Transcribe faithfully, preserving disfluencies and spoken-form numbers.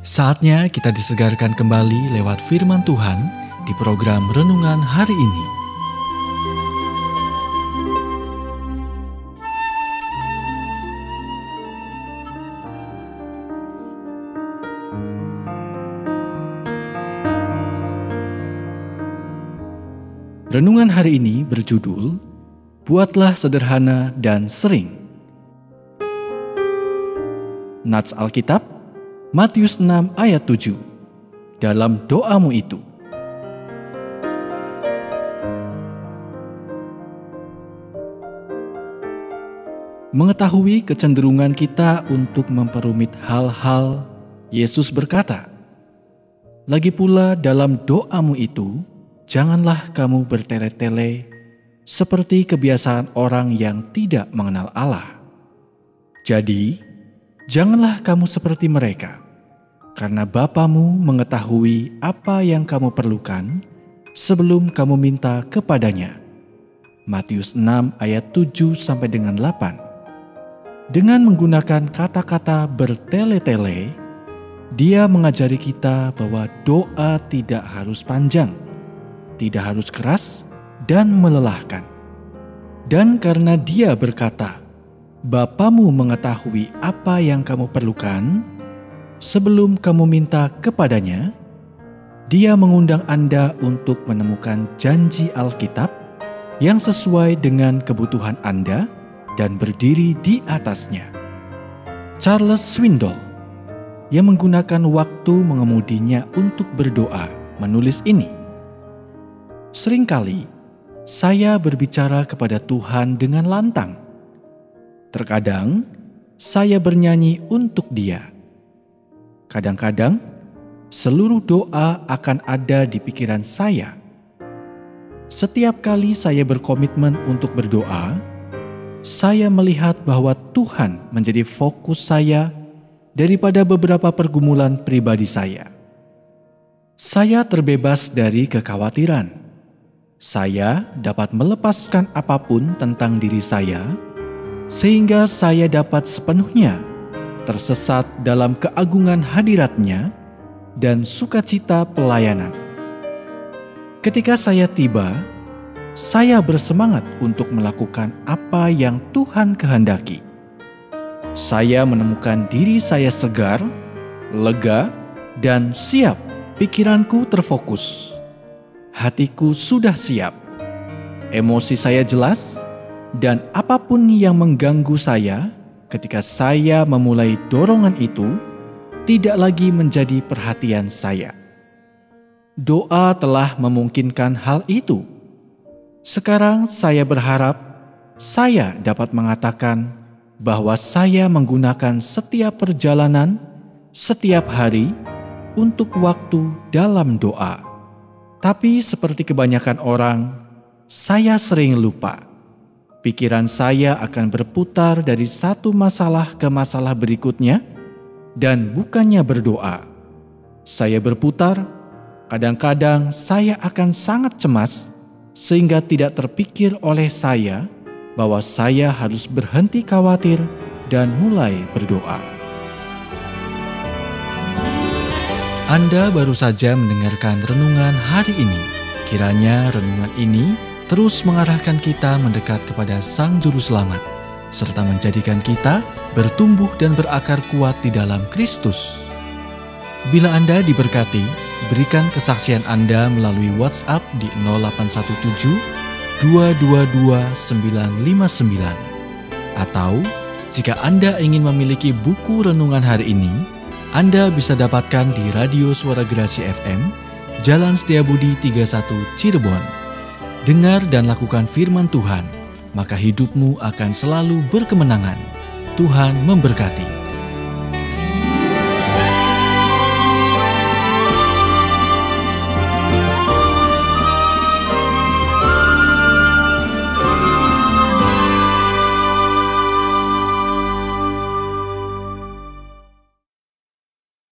Saatnya kita disegarkan kembali lewat firman Tuhan di program Renungan Hari Ini. Renungan hari ini berjudul, Buatlah Sederhana dan Sering. Nats Alkitab, Matius enam ayat tujuh. Dalam doamu itu. Mengetahui kecenderungan kita untuk memperumit hal-hal, Yesus berkata, "Lagi pula dalam doamu itu, janganlah kamu bertele-tele seperti kebiasaan orang yang tidak mengenal Allah. Jadi, janganlah kamu seperti mereka, karena Bapamu mengetahui apa yang kamu perlukan sebelum kamu minta kepadanya." Matius enam ayat tujuh sampai dengan delapan. Dengan menggunakan kata-kata bertele-tele, Dia mengajari kita bahwa doa tidak harus panjang, tidak harus keras dan melelahkan. Dan karena Dia berkata, Bapamu mengetahui apa yang kamu perlukan sebelum kamu minta kepadanya, Dia mengundang Anda untuk menemukan janji Alkitab yang sesuai dengan kebutuhan Anda dan berdiri di atasnya. Charles Swindoll, yang menggunakan waktu mengemudinya untuk berdoa, menulis ini, "Seringkali saya berbicara kepada Tuhan dengan lantang. Terkadang saya bernyanyi untuk Dia. Kadang-kadang seluruh doa akan ada di pikiran saya. Setiap kali saya berkomitmen untuk berdoa, saya melihat bahwa Tuhan menjadi fokus saya daripada beberapa pergumulan pribadi saya. Saya terbebas dari kekhawatiran. Saya dapat melepaskan apapun tentang diri saya, sehingga saya dapat sepenuhnya tersesat dalam keagungan hadirat-Nya dan sukacita pelayanan. Ketika saya tiba, saya bersemangat untuk melakukan apa yang Tuhan kehendaki. Saya menemukan diri saya segar, lega, dan siap. Pikiranku terfokus. Hatiku sudah siap. Emosi saya jelas, dan apapun yang mengganggu saya ketika saya memulai dorongan itu tidak lagi menjadi perhatian saya. Doa telah memungkinkan hal itu. Sekarang saya berharap saya dapat mengatakan bahwa saya menggunakan setiap perjalanan, setiap hari untuk waktu dalam doa. Tapi seperti kebanyakan orang, saya sering lupa. Pikiran saya akan berputar dari satu masalah ke masalah berikutnya dan bukannya berdoa. Saya berputar, kadang-kadang saya akan sangat cemas sehingga tidak terpikir oleh saya bahwa saya harus berhenti khawatir dan mulai berdoa. Anda baru saja mendengarkan renungan hari ini. Kiranya renungan ini terus mengarahkan kita mendekat kepada Sang Juru Selamat, serta menjadikan kita bertumbuh dan berakar kuat di dalam Kristus. Bila Anda diberkati, berikan kesaksian Anda melalui WhatsApp di nol delapan satu tujuh dua dua dua sembilan lima sembilan. Atau jika Anda ingin memiliki buku renungan hari ini, Anda bisa dapatkan di Radio Suara Gerasi F M, Jalan Setiabudi tiga puluh satu Cirebon. Dengar dan lakukan firman Tuhan, maka hidupmu akan selalu berkemenangan. Tuhan memberkati.